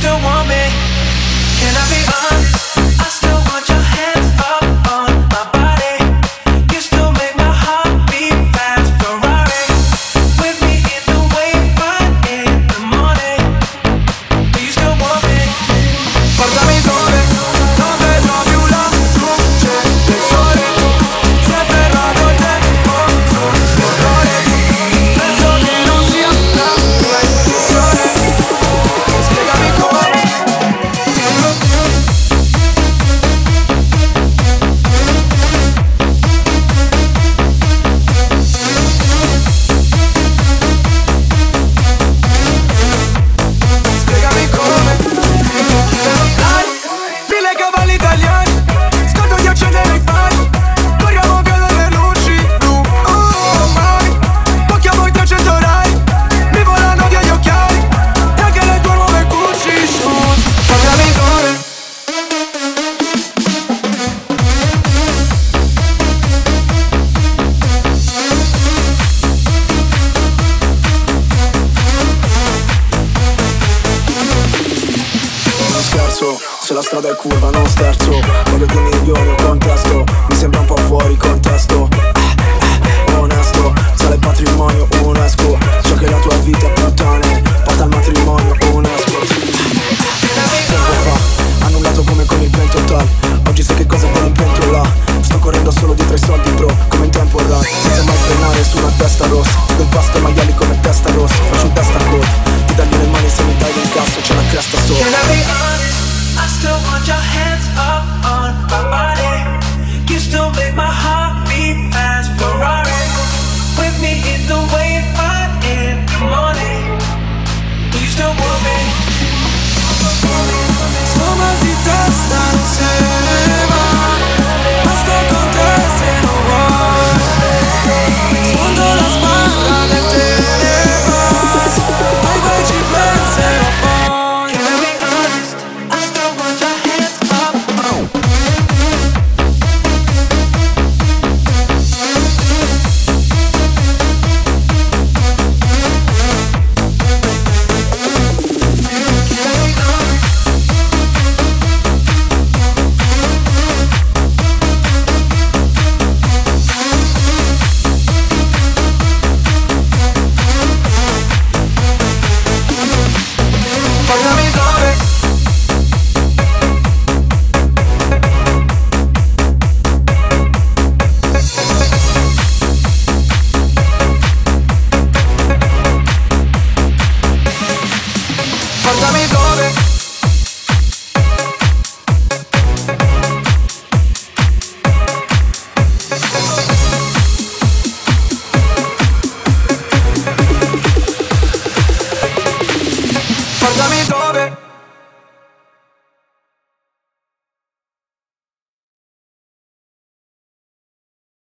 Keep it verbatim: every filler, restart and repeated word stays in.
still want me? Can I be honest? I still want your hands up on my body. You still make my heart beat fast. Ferrari with me in the wave, right in the morning. Do you still want me? Portami dove non vedrò più la luce del sole. Si è fermato il tempo sull'orrore. Penso che non sia la tua intenzione. Spiegami come. Spiegami come. Dai, mille cavalli italiani, scordo di accendere i fari. Corriamo via dalle luci blu, oh mai. Tocchiamo i trecento orari, mi volano via gli occhiali. E anche le tue nuove Gucci shoes. Portami dove. Non scherzo, se la strada è curva non sterzo. Voglio due milioni o contesto, mi sembra un po' fuori contesto. Eh, eh, onesto, sale patrimonio UNESCO. So che la tua vita è puttana